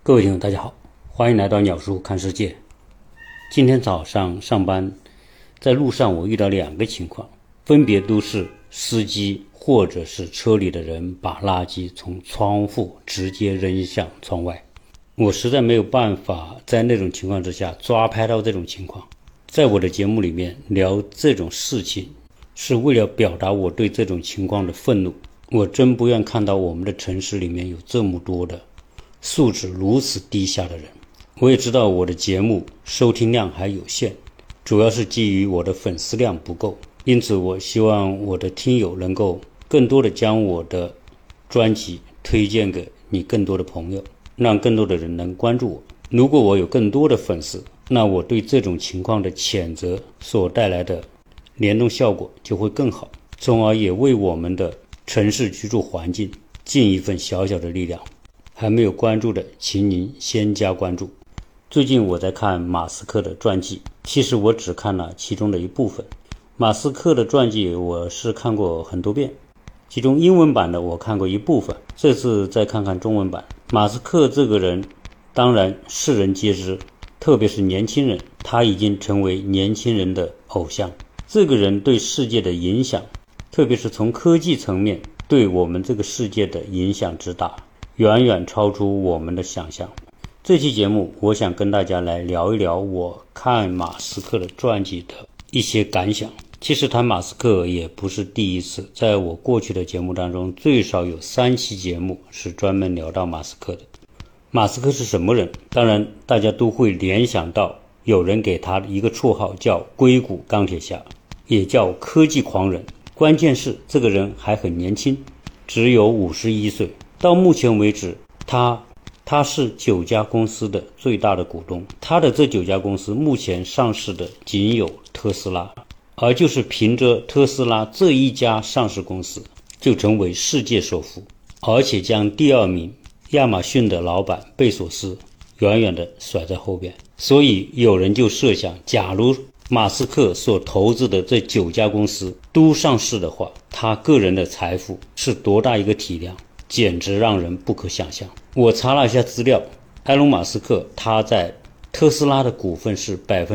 各位听众大家好，欢迎来到鸟叔看世界。今天早上上班，在路上我遇到两个情况，分别都是司机或者是车里的人把垃圾从窗户直接扔向窗外。我实在没有办法在那种情况之下抓拍到这种情况。在我的节目里面聊这种事情，是为了表达我对这种情况的愤怒。我真不愿看到我们的城市里面有这么多的素质如此低下的人。我也知道我的节目收听量还有限，主要是基于我的粉丝量不够，因此我希望我的听友能够更多的将我的专辑推荐给你更多的朋友，让更多的人能关注我。如果我有更多的粉丝，那我对这种情况的谴责所带来的联动效果就会更好，从而也为我们的城市居住环境尽一份小小的力量。还没有关注的请您先加关注。最近我在看马斯克的传记，其实我只看了其中的一部分。马斯克的传记我是看过很多遍，其中英文版的我看过一部分，这次再看看中文版。马斯克这个人当然世人皆知，特别是年轻人，他已经成为年轻人的偶像。这个人对世界的影响，特别是从科技层面对我们这个世界的影响之大，远远超出我们的想象。这期节目我想跟大家来聊一聊我看马斯克的传记的一些感想。其实谈马斯克也不是第一次，在我过去的节目当中最少有3期节目是专门聊到马斯克的。马斯克是什么人？当然大家都会联想到有人给他一个绰号叫硅谷钢铁侠，也叫科技狂人。关键是这个人还很年轻，只有51岁。到目前为止，他是9家公司的最大的股东，他的这9家公司目前上市的仅有特斯拉，而就是凭着特斯拉这一家上市公司就成为世界首富，而且将第2名亚马逊的老板贝索斯远远地甩在后边。所以有人就设想，假如马斯克所投资的这9家公司都上市的话，他个人的财富是多大一个体量，简直让人不可想象。我查了一下资料，埃隆·马斯克他在特斯拉的股份是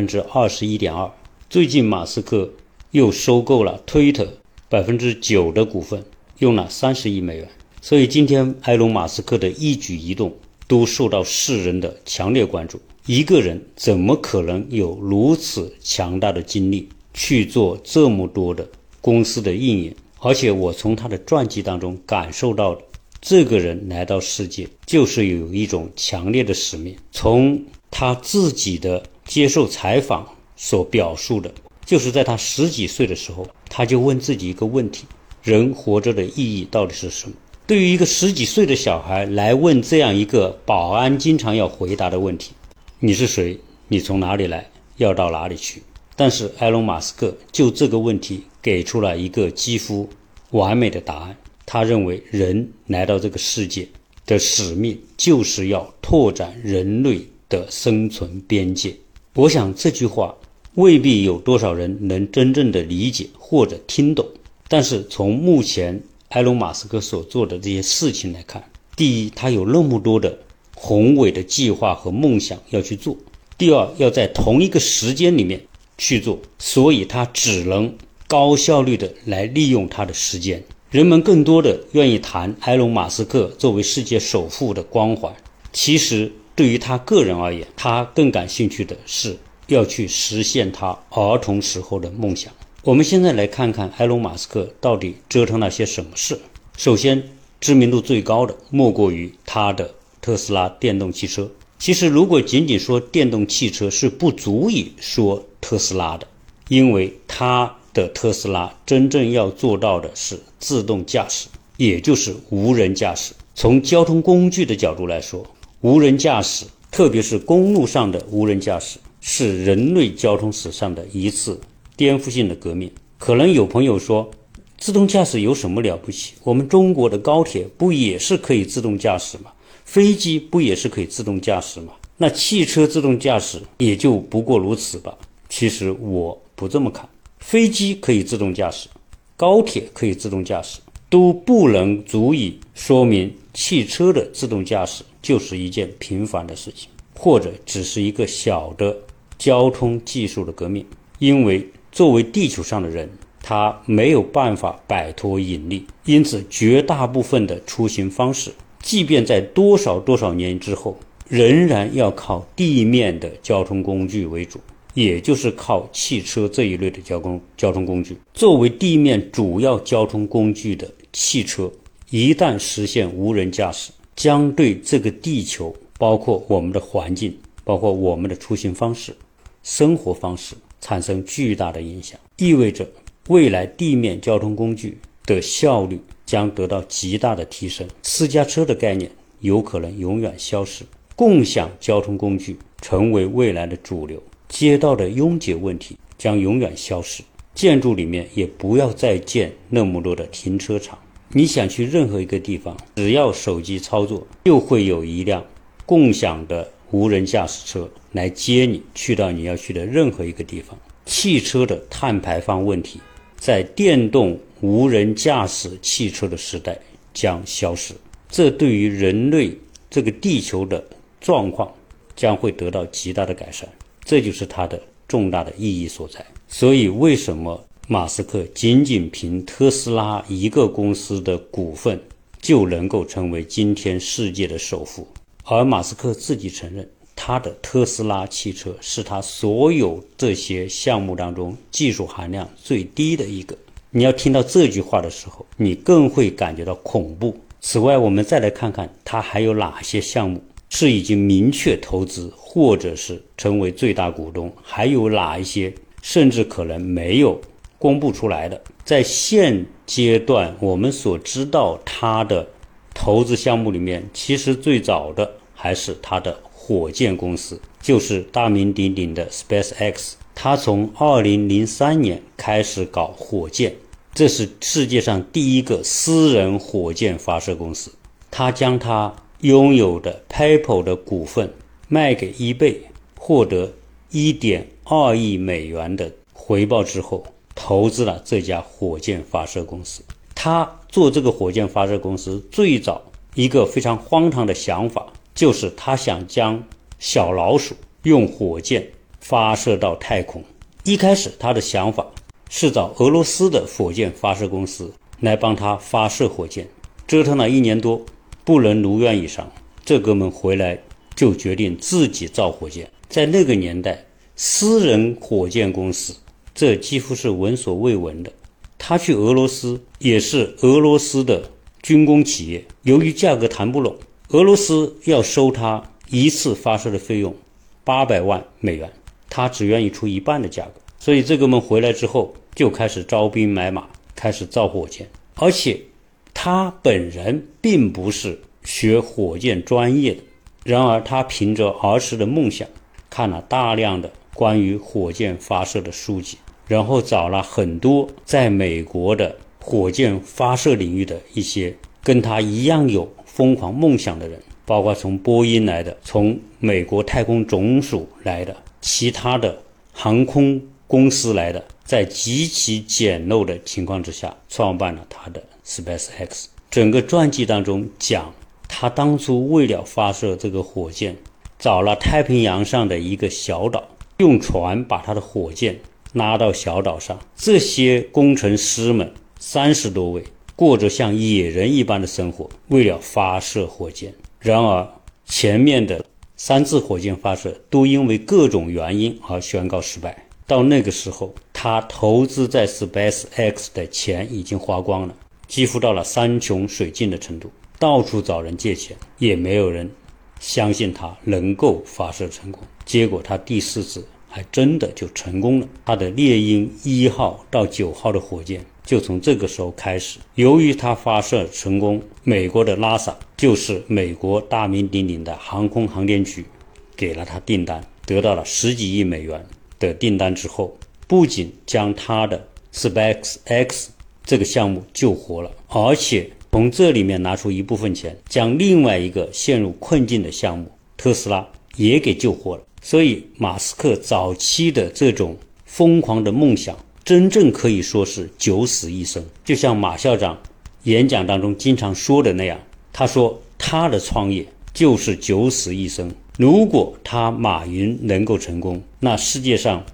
21.2%， 最近马斯克又收购了推特 9% 的股份，用了30亿美元。所以今天埃隆·马斯克的一举一动都受到世人的强烈关注。一个人怎么可能有如此强大的精力去做这么多的公司的运营？而且我从他的传记当中感受到的，这个人来到世界就是有一种强烈的使命。从他自己的接受采访所表述的，就是在他10几岁的时候，他就问自己一个问题：人活着的意义到底是什么？对于一个10几岁的小孩来问这样一个保安经常要回答的问题，你是谁？你从哪里来？要到哪里去？但是埃隆·马斯克就这个问题给出了一个几乎完美的答案。他认为人来到这个世界的使命就是要拓展人类的生存边界。我想这句话未必有多少人能真正的理解或者听懂，但是从目前埃隆·马斯克所做的这些事情来看，第一，他有那么多的宏伟的计划和梦想要去做；第二，要在同一个时间里面去做，所以他只能高效率的来利用他的时间。人们更多的愿意谈埃隆·马斯克作为世界首富的光环，其实对于他个人而言，他更感兴趣的是要去实现他儿童时候的梦想。我们现在来看看埃隆·马斯克到底折腾了些什么事。首先，知名度最高的莫过于他的特斯拉电动汽车。其实如果仅仅说电动汽车是不足以说特斯拉的，因为他的特斯拉真正要做到的是自动驾驶，也就是无人驾驶。从交通工具的角度来说，无人驾驶，特别是公路上的无人驾驶，是人类交通史上的一次颠覆性的革命。可能有朋友说，自动驾驶有什么了不起？我们中国的高铁不也是可以自动驾驶吗？飞机不也是可以自动驾驶吗？那汽车自动驾驶也就不过如此吧。其实我不这么看，飞机可以自动驾驶，高铁可以自动驾驶， 都不能足以说明汽车的自动驾驶就是一件平凡的事情，或者只是一个小的交通技术的革命。因为作为地球上的人，他没有办法摆脱引力，因此绝大部分的出行方式，即便在多少年之后，仍然要靠地面的交通工具为主，也就是靠汽车这一类的交通工具。作为地面主要交通工具的汽车，一旦实现无人驾驶，将对这个地球，包括我们的环境，包括我们的出行方式、生活方式产生巨大的影响，意味着未来地面交通工具的效率将得到极大的提升，私家车的概念有可能永远消失，共享交通工具成为未来的主流，街道的拥挤问题将永远消失，建筑里面也不要再建那么多的停车场。你想去任何一个地方，只要手机操作，就会有一辆共享的无人驾驶车来接你去到你要去的任何一个地方。汽车的碳排放问题在电动无人驾驶汽车的时代将消失，这对于人类这个地球的状况将会得到极大的改善，这就是它的重大的意义所在。所以为什么马斯克仅仅凭特斯拉一个公司的股份就能够成为今天世界的首富？而马斯克自己承认，他的特斯拉汽车是他所有这些项目当中技术含量最低的一个。你要听到这句话的时候，你更会感觉到恐怖。此外，我们再来看看他还有哪些项目是已经明确投资或者是成为最大股东，还有哪一些甚至可能没有公布出来的。在现阶段我们所知道他的投资项目里面，其实最早的还是他的火箭公司，就是大名鼎鼎的 SpaceX。 他从2003年开始搞火箭，这是世界上第一个私人火箭发射公司。他将他拥有的 PayPal 的股份卖给 eBay， 获得 1.2 亿美元的回报之后，投资了这家火箭发射公司。他做这个火箭发射公司最早一个非常荒唐的想法，就是他想将小老鼠用火箭发射到太空。一开始他的想法是找俄罗斯的火箭发射公司来帮他发射火箭，折腾了1年多不能如愿以偿，这哥们回来就决定自己造火箭。在那个年代，私人火箭公司这几乎是闻所未闻的。他去俄罗斯也是俄罗斯的军工企业，由于价格谈不拢，俄罗斯要收他一次发射的费用800万美元，他只愿意出一半的价格。所以这个们回来之后就开始招兵买马，开始造火箭。而且他本人并不是学火箭专业的，然而他凭着儿时的梦想，看了大量的关于火箭发射的书籍，然后找了很多在美国的火箭发射领域的一些跟他一样有疯狂梦想的人，包括从波音来的，从美国太空总署来的，其他的航空公司来的，在极其简陋的情况之下创办了他的 SpaceX。 整个传记当中讲，他当初为了发射这个火箭，找了太平洋上的一个小岛，用船把他的火箭拉到小岛上。这些工程师们30多位，过着像野人一般的生活，为了发射火箭。然而前面的3次火箭发射都因为各种原因而宣告失败。到那个时候，他投资在 SpaceX 的钱已经花光了，几乎到了山穷水尽的程度，到处找人借钱，也没有人相信他能够发射成功。结果他第4次还真的就成功了，他的猎鹰1号到9号的火箭就从这个时候开始。由于他发射成功，美国的 NASA 就是美国大名鼎鼎的航空航天局给了他订单，得到了10几亿美元的订单之后，不仅将他的 SpaceX 这个项目救活了，而且从这里面拿出一部分钱，将另外一个陷入困境的项目特斯拉也给救活了。所以马斯克早期的这种疯狂的梦想，真正可以说是九死一生。就像马校长演讲当中经常说的那样，他说他的创业就是九死一生。如果他马云能够成功，那世界上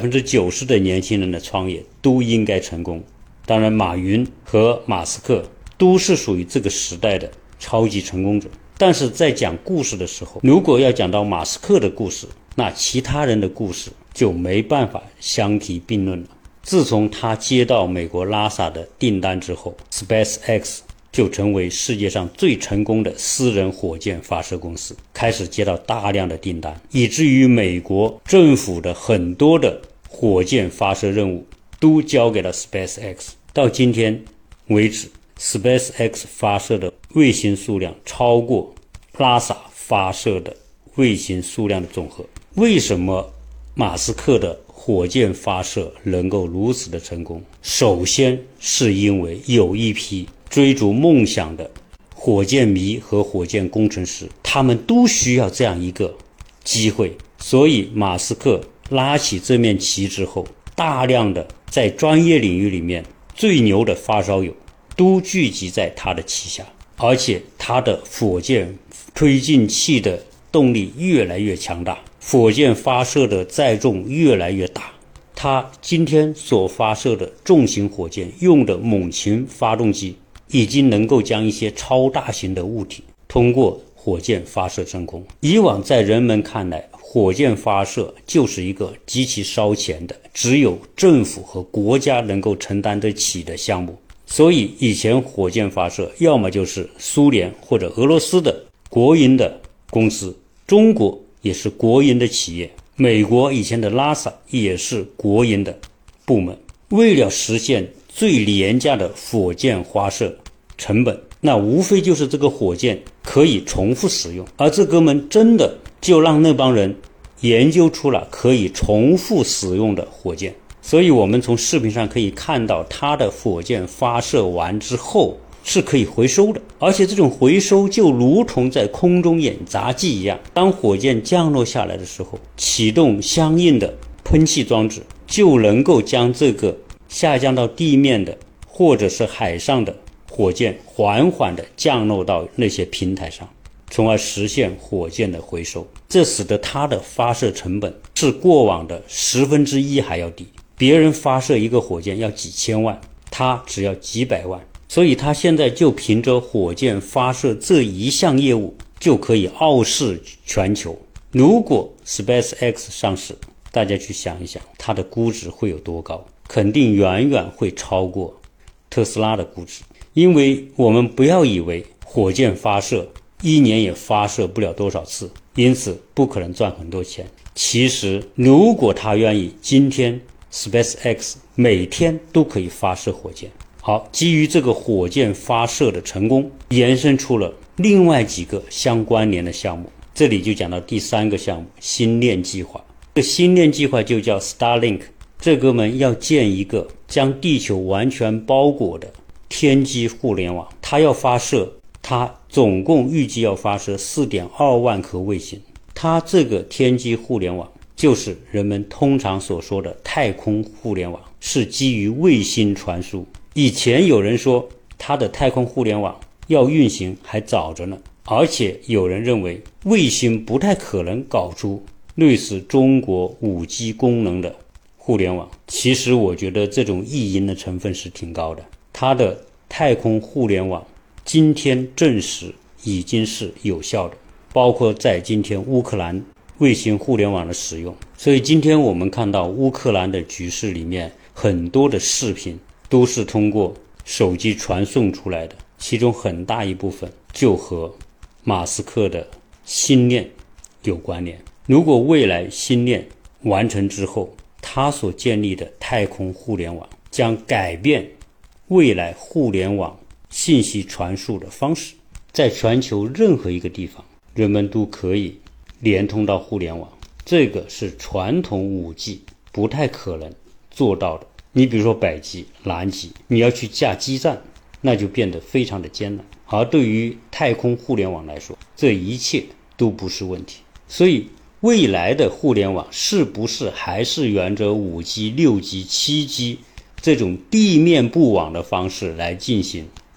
90%的年轻人的创业都应该成功。当然，马云和马斯克都是属于这个时代的超级成功者。但是在讲故事的时候，如果要讲到马斯克的故事，那其他人的故事就没办法相提并论了。自从他接到美国拉萨的订单之后， SpaceX 就成为世界上最成功的私人火箭发射公司，开始接到大量的订单，以至于美国政府的很多的火箭发射任务都交给了 SpaceX。 到今天为止， SpaceX 发射的卫星数量超过拉萨发射的卫星数量的总和。为什么马斯克的火箭发射能够如此的成功？首先是因为有一批追逐梦想的火箭迷和火箭工程师，他们都需要这样一个机会。所以马斯克拉起这面旗之后，大量的在专业领域里面最牛的发烧友都聚集在他的旗下，而且他的火箭推进器的动力越来越强大，火箭发射的载重越来越大。他今天所发射的重型火箭用的猛禽发动机已经能够将一些超大型的物体通过火箭发射升空。以往在人们看来，火箭发射就是一个极其烧钱的，只有政府和国家能够承担得起的项目。所以以前火箭发射要么就是苏联或者俄罗斯的国营的公司，中国也是国营的企业，美国以前的拉萨也是国营的部门。为了实现最廉价的火箭发射成本，那无非就是这个火箭可以重复使用，而这哥们真的就让那帮人研究出了可以重复使用的火箭。所以我们从视频上可以看到，他的火箭发射完之后是可以回收的，而且这种回收就如同在空中演杂技一样，当火箭降落下来的时候，启动相应的喷气装置，就能够将这个下降到地面的或者是海上的火箭缓缓地降落到那些平台上，从而实现火箭的回收。这使得它的发射成本是过往的1/10还要低。别人发射一个火箭要几千万，它只要几百万。所以它现在就凭着火箭发射这一项业务就可以傲视全球。如果 SpaceX 上市，大家去想一想，它的估值会有多高？肯定远远会超过特斯拉的估值。因为我们不要以为火箭发射一年也发射不了多少次，因此不可能赚很多钱。其实如果他愿意，今天 SpaceX 每天都可以发射火箭。好，基于这个火箭发射的成功，延伸出了另外几个相关联的项目。这里就讲到第3个项目，星链计划。这个星链计划就叫 Starlink。 这哥们要建一个将地球完全包裹的天基互联网，他要发射，他总共预计要发射 4.2 万颗卫星。他这个天基互联网就是人们通常所说的太空互联网，是基于卫星传输。以前有人说它的太空互联网要运行还早着呢，而且有人认为卫星不太可能搞出类似中国 5G 功能的互联网。其实我觉得这种意淫的成分是挺高的。它的太空互联网今天证实已经是有效的，包括在今天乌克兰卫星互联网的使用。所以今天我们看到乌克兰的局势里面，很多的视频都是通过手机传送出来的，其中很大一部分就和马斯克的星链有关联。如果未来星链完成之后，他所建立的太空互联网将改变未来互联网信息传输的方式，在全球任何一个地方，人们都可以连通到互联网。这个是传统 5G 不太可能做到的。你比如说北极、南极，你要去架基站，那就变得非常的艰难。而对于太空互联网来说，这一切都不是问题。所以未来的互联网是不是还是沿着 5G、6G、7G 这种地面布网的方式来进行，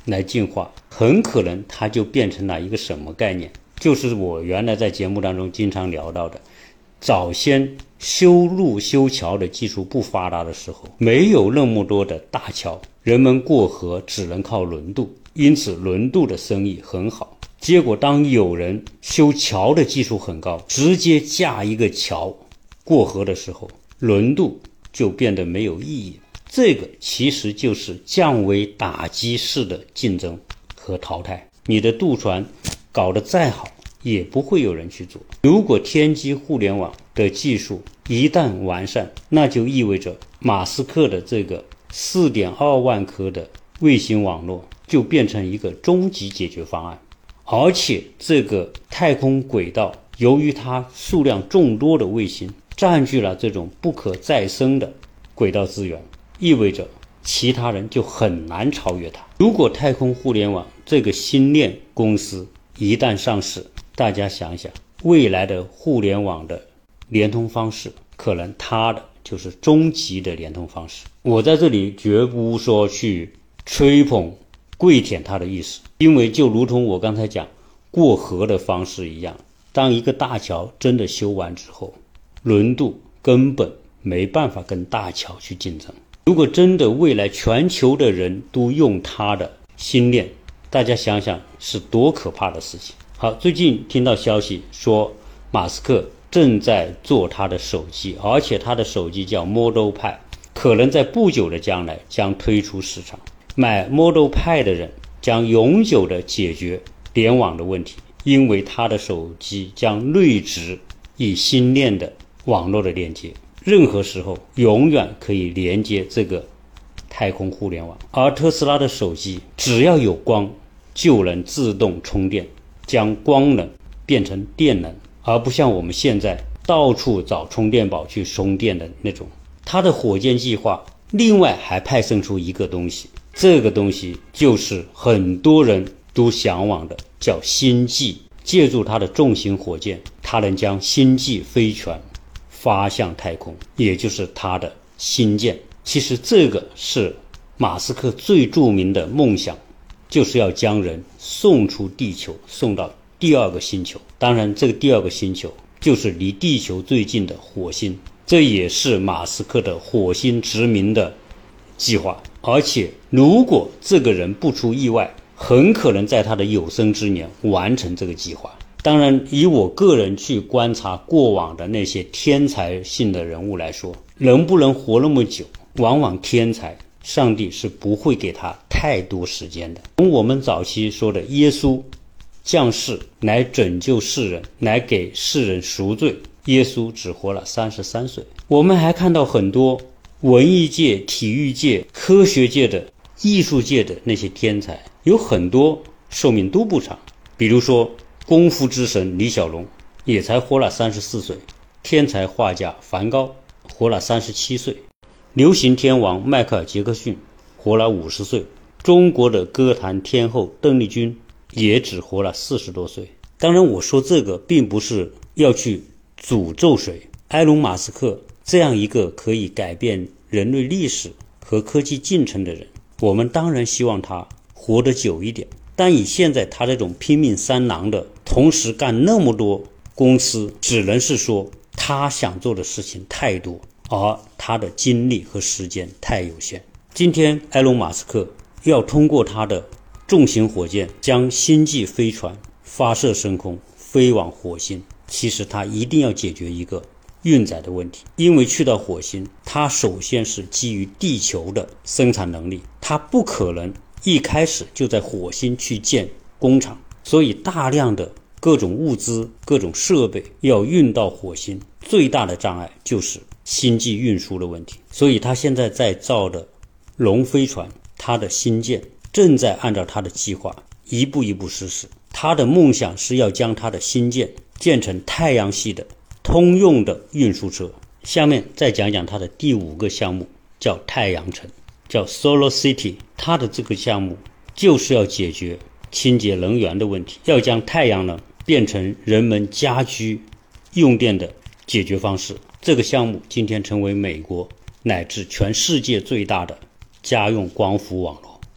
来进化，很可能它就变成了一个什么概念，就是我原来在节目当中经常聊到的，早先修路修桥的技术不发达的时候，没有那么多的大桥，人们过河只能靠轮渡，因此轮渡的生意很好。结果当有人修桥的技术很高，直接架一个桥过河的时候，轮渡就变得没有意义。这个其实就是降维打击式的竞争和淘汰。你的渡船搞得再好，也不会有人去做。如果天基互联网的技术一旦完善，那就意味着马斯克的这个 4.2 万颗的卫星网络就变成一个终极解决方案。而且这个太空轨道由于它数量众多的卫星占据了这种不可再生的轨道资源，意味着其他人就很难超越它。如果太空互联网这个星链公司一旦上市，大家想想未来的互联网的联通方式，可能它的就是终极的联通方式。我在这里绝不说去吹捧跪舔它的意思，因为就如同我刚才讲过河的方式一样，当一个大桥真的修完之后，轮渡根本没办法跟大桥去竞争。如果真的未来全球的人都用它的星链，大家想想是多可怕的事情。好，最近听到消息说马斯克正在做他的手机，而且他的手机叫 Model Pi， 可能在不久的将来将推出市场。买 Model Pi 的人将永久的解决联网的问题，因为他的手机将内置以星链的网络的连接，任何时候永远可以连接这个太空互联网。而特斯拉的手机只要有光就能自动充电，将光能变成电能，而不像我们现在到处找充电宝去充电的那种。它的火箭计划另外还派生出一个东西，这个东西就是很多人都向往的，叫星际。借助它的重型火箭，它能将星际飞船发向太空，也就是它的星舰。其实这个是马斯克最著名的梦想，就是要将人送出地球，送到第二个星球。当然这个第二个星球就是离地球最近的火星，这也是马斯克的火星殖民的计划。而且如果这个人不出意外，很可能在他的有生之年完成这个计划。当然以我个人去观察过往的那些天才性的人物来说，能不能活那么久，往往天才上帝是不会给他太多时间的。从我们早期说的耶稣降世来拯救世人，来给世人赎罪，耶稣只活了33岁。我们还看到很多文艺界、体育界、科学界的、艺术界的那些天才，有很多寿命都不长。比如说功夫之神李小龙也才活了34岁，天才画家梵高活了37岁，流行天王迈克尔·杰克逊活了50岁，中国的歌坛天后邓丽君也只活了40多岁。当然我说这个并不是要去诅咒谁，埃隆·马斯克这样一个可以改变人类历史和科技进程的人，我们当然希望他活得久一点。但以现在他这种拼命三郎的同时干那么多公司，只能是说他想做的事情太多，而他的精力和时间太有限。今天埃隆·马斯克要通过他的重型火箭将星际飞船发射升空，飞往火星。其实他一定要解决一个运载的问题，因为去到火星，它首先是基于地球的生产能力，它不可能一开始就在火星去建工厂，所以大量的各种物资、各种设备要运到火星，最大的障碍就是星际运输的问题。所以他现在在造的龙飞船，他的星舰正在按照他的计划一步一步实施。他的梦想是要将他的星舰建成太阳系的通用的运输车。下面再讲讲他的第5个项目，叫太阳城，叫 Solar City。 他的这个项目就是要解决清洁能源的问题，要将太阳能变成人们家居用电的解决方式。这个项目今天成为美国乃至全世界最大的家用光伏网络。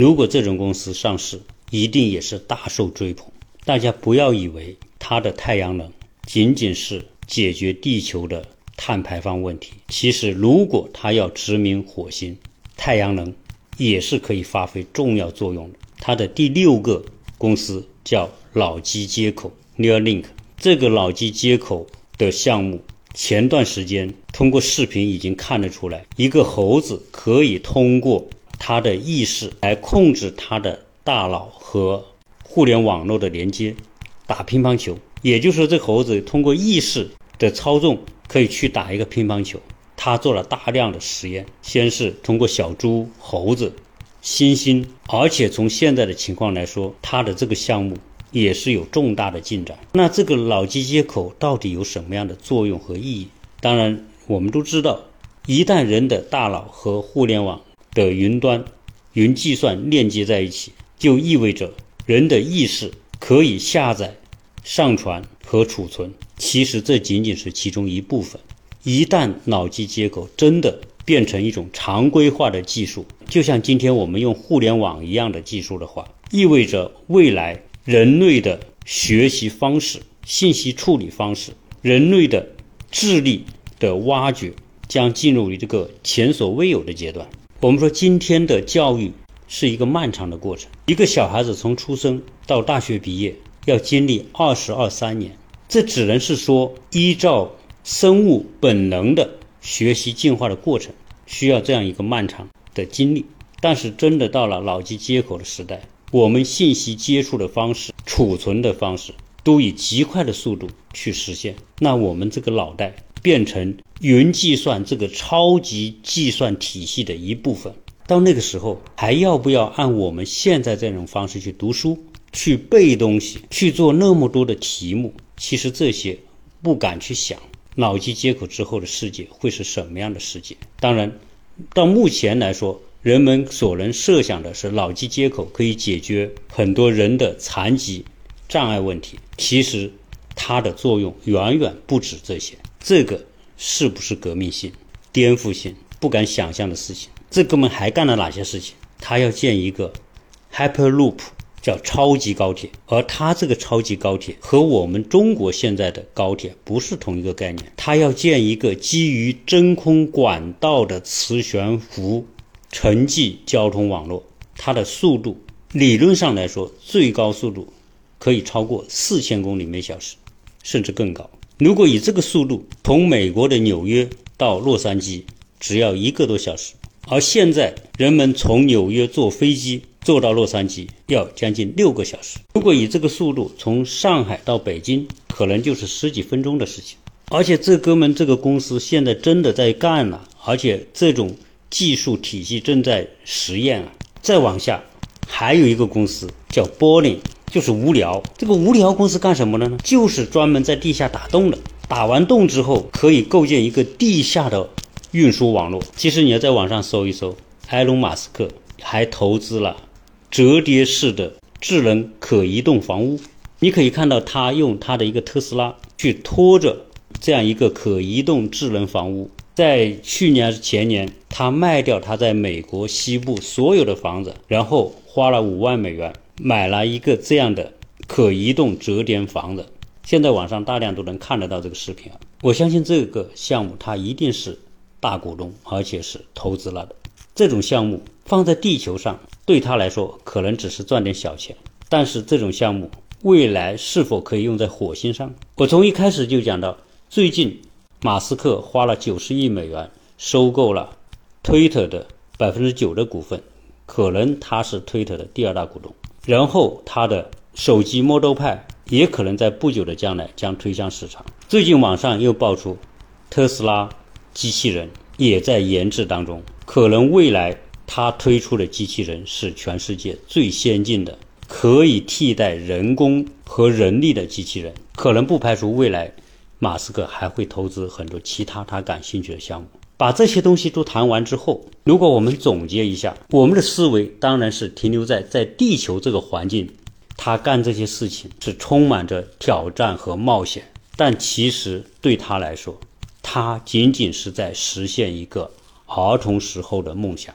如果这种公司上市，一定也是大受追捧。大家不要以为它的太阳能仅仅是解决地球的碳排放问题，其实如果它要殖民火星，太阳能也是可以发挥重要作用的。它的第6个公司叫脑机接口 Neuralink， 这个脑机接口的项目前段时间通过视频已经看得出来，一个猴子可以通过它的意识来控制它的大脑和互联网络的连接，打乒乓球。也就是说，这猴子通过意识的操纵可以去打一个乒乓球。他做了大量的实验，先是通过小猪、猴子、猩猩，而且从现在的情况来说，他的这个项目也是有重大的进展。那这个脑机接口到底有什么样的作用和意义？当然我们都知道，一旦人的大脑和互联网的云计算链接在一起，就意味着人的意识可以下载、上传和储存。其实这仅仅是其中一部分。一旦脑机接口真的变成一种常规化的技术，就像今天我们用互联网一样的技术的话，意味着未来人类的学习方式、信息处理方式、人类的智力的挖掘将进入这个前所未有的阶段。我们说今天的教育是一个漫长的过程，一个小孩子从出生到大学毕业要经历23年，这只能是说依照生物本能的学习进化的过程，需要这样一个漫长的经历。但是真的到了脑机接口的时代，我们信息接触的方式、储存的方式都以极快的速度去实现，那我们这个脑袋变成云计算这个超级计算体系的一部分。到那个时候，还要不要按我们现在这种方式去读书、去背东西、去做那么多的题目？其实这些不敢去想脑机接口之后的世界会是什么样的世界。当然到目前来说，人们所能设想的是脑机接口可以解决很多人的残疾障碍问题，其实它的作用远远不止这些。这个是不是革命性、颠覆性、不敢想象的事情？这哥们还干了哪些事情？他要建一个 Hyperloop， 叫超级高铁，而他这个超级高铁和我们中国现在的高铁不是同一个概念。他要建一个基于真空管道的磁悬浮城际交通网络，它的速度理论上来说最高速度可以超过4000公里每小时，甚至更高。如果以这个速度从美国的纽约到洛杉矶只要1个多小时，而现在人们从纽约坐飞机坐到洛杉矶要将近6个小时。如果以这个速度从上海到北京，可能就是10几分钟的事情。而且这哥们这个公司现在真的在干了，而且这种技术体系正在实验啊。再往下还有一个公司叫 Boring， 就是无聊。这个无聊公司干什么的呢？就是专门在地下打洞的，打完洞之后可以构建一个地下的运输网络。其实你要在网上搜一搜，埃隆·马斯克还投资了折叠式的智能可移动房屋。你可以看到他用他的一个特斯拉去拖着这样一个可移动智能房屋。在去年还是前年，他卖掉他在美国西部所有的房子，然后花了5万美元买了一个这样的可移动折叠房子。现在网上大量都能看得到这个视频啊。我相信这个项目他一定是大股东，而且是投资了的。这种项目放在地球上对他来说可能只是赚点小钱，但是这种项目未来是否可以用在火星上？我从一开始就讲到，最近马斯克花了90亿美元收购了推特的 9% 的股份，可能他是推特的第2大股东。然后他的手机 Model 派也可能在不久的将来将推向市场。最近网上又爆出特斯拉机器人也在研制当中，可能未来他推出的机器人是全世界最先进的可以替代人工和人力的机器人。可能不排除未来马斯克还会投资很多其他他感兴趣的项目。把这些东西都谈完之后，如果我们总结一下，我们的思维当然是停留在地球这个环境，他干这些事情是充满着挑战和冒险，但其实对他来说，他仅仅是在实现一个儿童时候的梦想。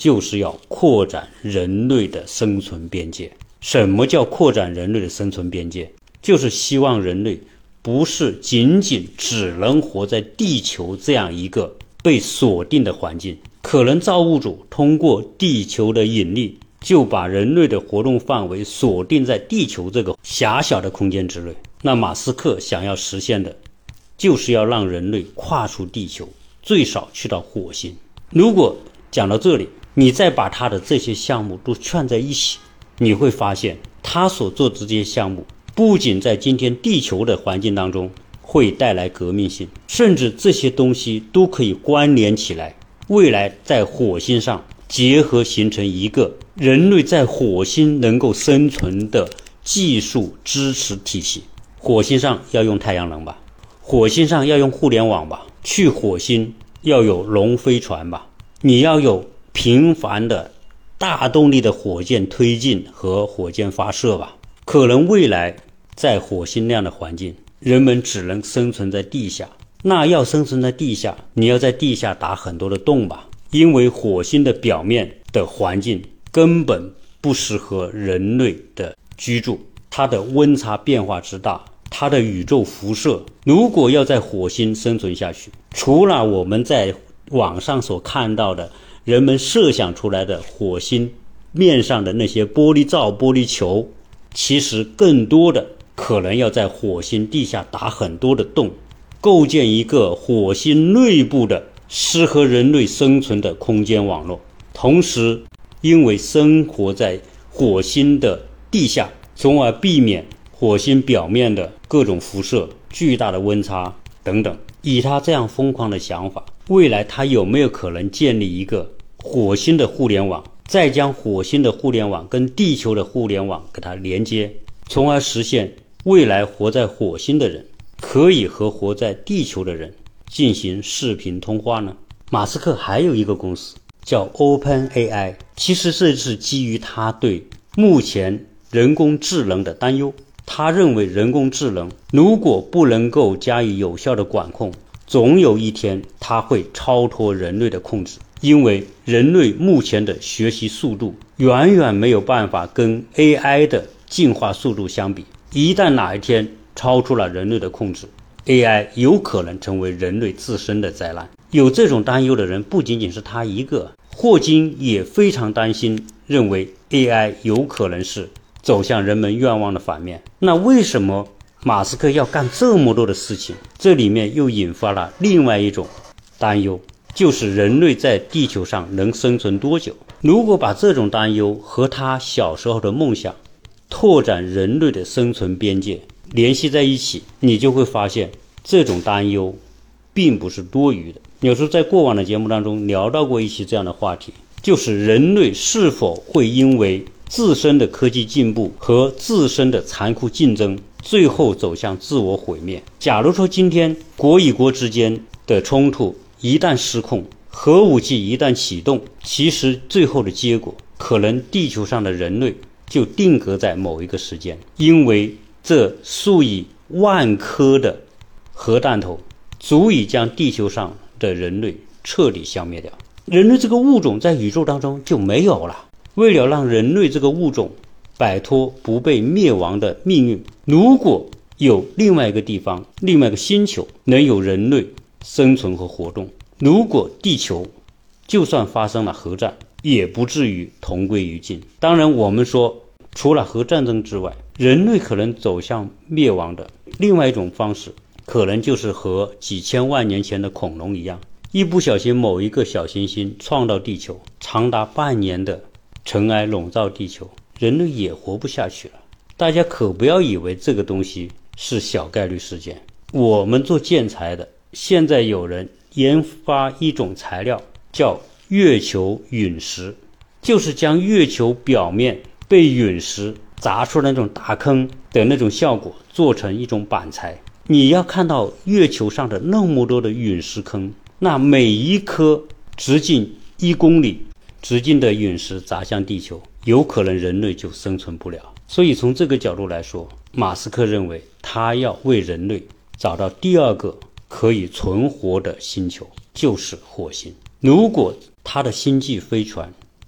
就是要扩展人类的生存边界。什么叫扩展人类的生存边界？就是希望人类不是仅仅只能活在地球这样一个被锁定的环境，可能造物主通过地球的引力，就把人类的活动范围锁定在地球这个狭小的空间之内。那马斯克想要实现的，就是要让人类跨出地球，最少去到火星。如果讲到这里，你再把他的这些项目都串在一起，你会发现他所做的这些项目不仅在今天地球的环境当中会带来革命性，甚至这些东西都可以关联起来，未来在火星上结合形成一个人类在火星能够生存的技术支持体系。火星上要用太阳能吧，火星上要用互联网吧，去火星要有龙飞船吧，你要有频繁的大动力的火箭推进和火箭发射吧。可能未来在火星那样的环境，人们只能生存在地下，那要生存在地下，你要在地下打很多的洞吧，因为火星的表面的环境根本不适合人类的居住，它的温差变化之大，它的宇宙辐射，如果要在火星生存下去，除了我们在网上所看到的人们设想出来的火星面上的那些玻璃罩、玻璃球，其实更多的可能要在火星地下打很多的洞，构建一个火星内部的适合人类生存的空间网络。同时因为生活在火星的地下，从而避免火星表面的各种辐射、巨大的温差等等。以他这样疯狂的想法，未来他有没有可能建立一个火星的互联网，再将火星的互联网跟地球的互联网给它连接，从而实现未来活在火星的人可以和活在地球的人进行视频通话呢？马斯克还有一个公司叫 OpenAI， 其实这是基于他对目前人工智能的担忧。他认为人工智能如果不能够加以有效的管控，总有一天它会超脱人类的控制，因为人类目前的学习速度远远没有办法跟 AI 的进化速度相比。一旦哪一天超出了人类的控制， AI 有可能成为人类自身的灾难。有这种担忧的人不仅仅是他一个，霍金也非常担心，认为 AI 有可能是走向人们愿望的反面。那为什么马斯克要干这么多的事情？这里面又引发了另外一种担忧，就是人类在地球上能生存多久。如果把这种担忧和他小时候的梦想拓展人类的生存边界联系在一起，你就会发现这种担忧并不是多余的。有时候在过往的节目当中聊到过一期这样的话题，就是人类是否会因为自身的科技进步和自身的残酷竞争，最后走向自我毁灭。假如说今天国与国之间的冲突一旦失控，核武器一旦启动，其实最后的结果可能地球上的人类就定格在某一个时间，因为这数以万颗的核弹头足以将地球上的人类彻底消灭掉，人类这个物种在宇宙当中就没有了。为了让人类这个物种摆脱不被灭亡的命运，如果有另外一个地方、另外一个星球能有人类生存和活动，如果地球就算发生了核战，也不至于同归于尽。当然我们说除了核战争之外，人类可能走向灭亡的另外一种方式，可能就是和几千万年前的恐龙一样，一不小心某一个小行星撞到地球，长达半年的尘埃笼罩地球，人类也活不下去了。大家可不要以为这个东西是小概率事件。我们做建材的，现在有人研发一种材料叫月球陨石，就是将月球表面被陨石砸出那种大坑的那种效果做成一种板材。你要看到月球上的那么多的陨石坑，那每一颗直径1公里直径的陨石砸向地球，有可能人类就生存不了。所以从这个角度来说，马斯克认为他要为人类找到第二个可以存活的星球，就是火星。如果他的星际飞船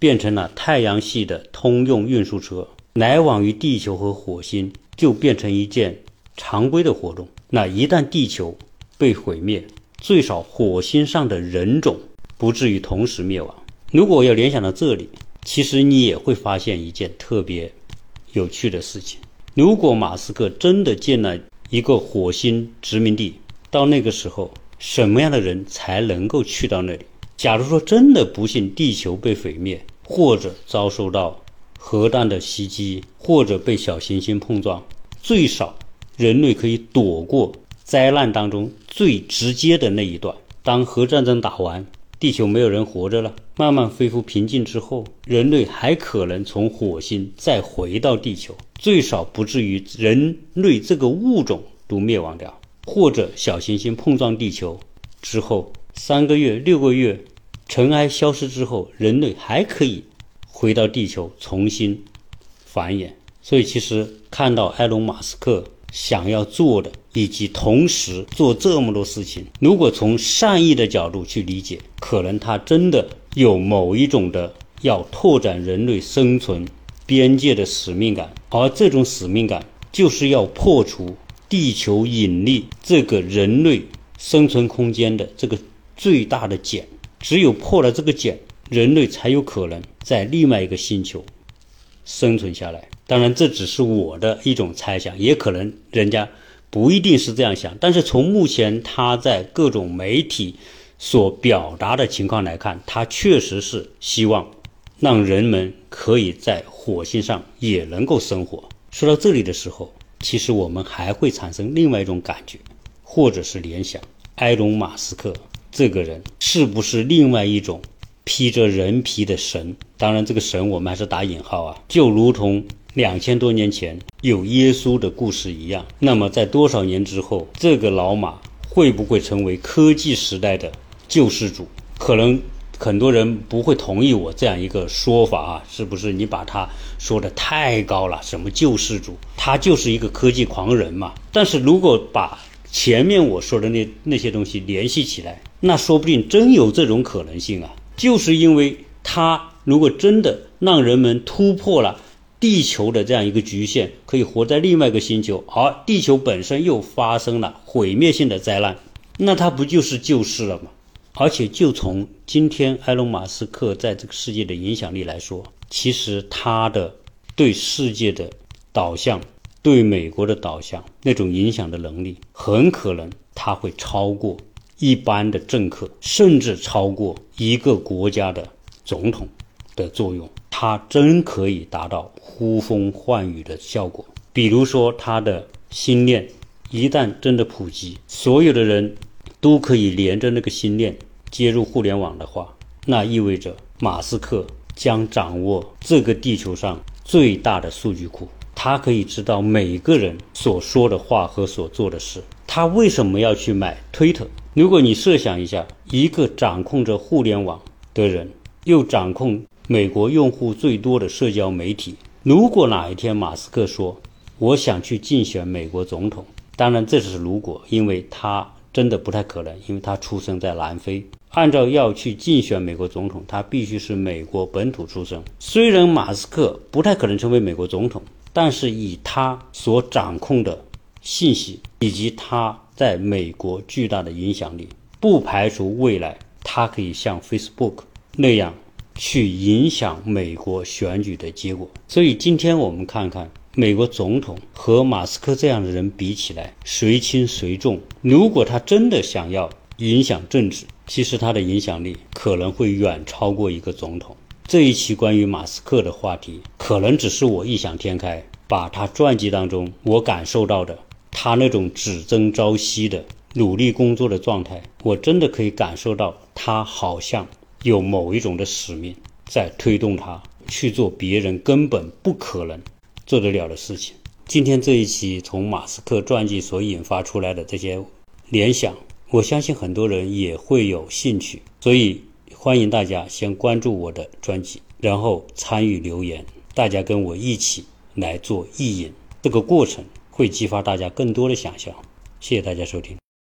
变成了太阳系的通用运输车，来往于地球和火星就变成一件常规的活动。那一旦地球被毁灭，最少火星上的人种不至于同时灭亡。如果要联想到这里，其实你也会发现一件特别有趣的事情。如果马斯克真的建了一个火星殖民地，到那个时候什么样的人才能够去到那里？假如说真的不幸地球被毁灭，或者遭受到核弹的袭击，或者被小行星碰撞，最少人类可以躲过灾难当中最直接的那一段。当核战争打完，地球没有人活着了，慢慢恢复平静之后，人类还可能从火星再回到地球，最少不至于人类这个物种都灭亡掉。或者小行星碰撞地球之后3个月6个月，尘埃消失之后，人类还可以回到地球重新繁衍。所以其实看到埃隆马斯克想要做的，以及同时做这么多事情，如果从善意的角度去理解，可能他真的有某一种的要拓展人类生存边界的使命感，而这种使命感就是要破除地球引力这个人类生存空间的这个最大的茧。只有破了这个茧，人类才有可能在另外一个星球生存下来。当然这只是我的一种猜想，也可能人家不一定是这样想，但是从目前他在各种媒体所表达的情况来看，他确实是希望让人们可以在火星上也能够生活。说到这里的时候，其实我们还会产生另外一种感觉，或者是联想，埃隆马斯克这个人是不是另外一种披着人皮的神？当然这个神我们还是打引号啊，就如同2000多年前有耶稣的故事一样，那么在多少年之后，这个老马会不会成为科技时代的救世主？可能很多人不会同意我这样一个说法啊，是不是你把他说的太高了？什么救世主？他就是一个科技狂人嘛。但是如果把前面我说的那些东西联系起来，那说不定真有这种可能性啊。就是因为他如果真的让人们突破了地球的这样一个局限，可以活在另外一个星球，而地球本身又发生了毁灭性的灾难，那他不就是救世了吗？而且就从今天埃隆马斯克在这个世界的影响力来说，其实他的对世界的导向，对美国的导向，那种影响的能力，很可能他会超过一般的政客，甚至超过一个国家的总统的作用。他真可以达到呼风唤雨的效果。比如说他的星链一旦真的普及，所有的人都可以连着那个星链接入互联网的话，那意味着马斯克将掌握这个地球上最大的数据库，他可以知道每个人所说的话和所做的事。他为什么要去买推特？如果你设想一下，一个掌控着互联网的人，又掌控美国用户最多的社交媒体，如果哪一天马斯克说我想去竞选美国总统，当然这只是如果，因为他真的不太可能，因为他出生在南非，按照要去竞选美国总统，他必须是美国本土出生。虽然马斯克不太可能成为美国总统，但是以他所掌控的信息以及他在美国巨大的影响力，不排除未来他可以像 Facebook 那样去影响美国选举的结果。所以今天我们看看美国总统和马斯克这样的人比起来，谁轻谁重。如果他真的想要影响政治，其实他的影响力可能会远超过一个总统。这一期关于马斯克的话题，可能只是我异想天开，把他传记当中我感受到的他那种只争朝夕的努力工作的状态，我真的可以感受到他好像有某一种的使命在推动他去做别人根本不可能做得了的事情。今天这一期从马斯克传记所引发出来的这些联想，我相信很多人也会有兴趣，所以欢迎大家先关注我的专辑，然后参与留言，大家跟我一起来做意淫，这个过程会激发大家更多的想象。谢谢大家收听。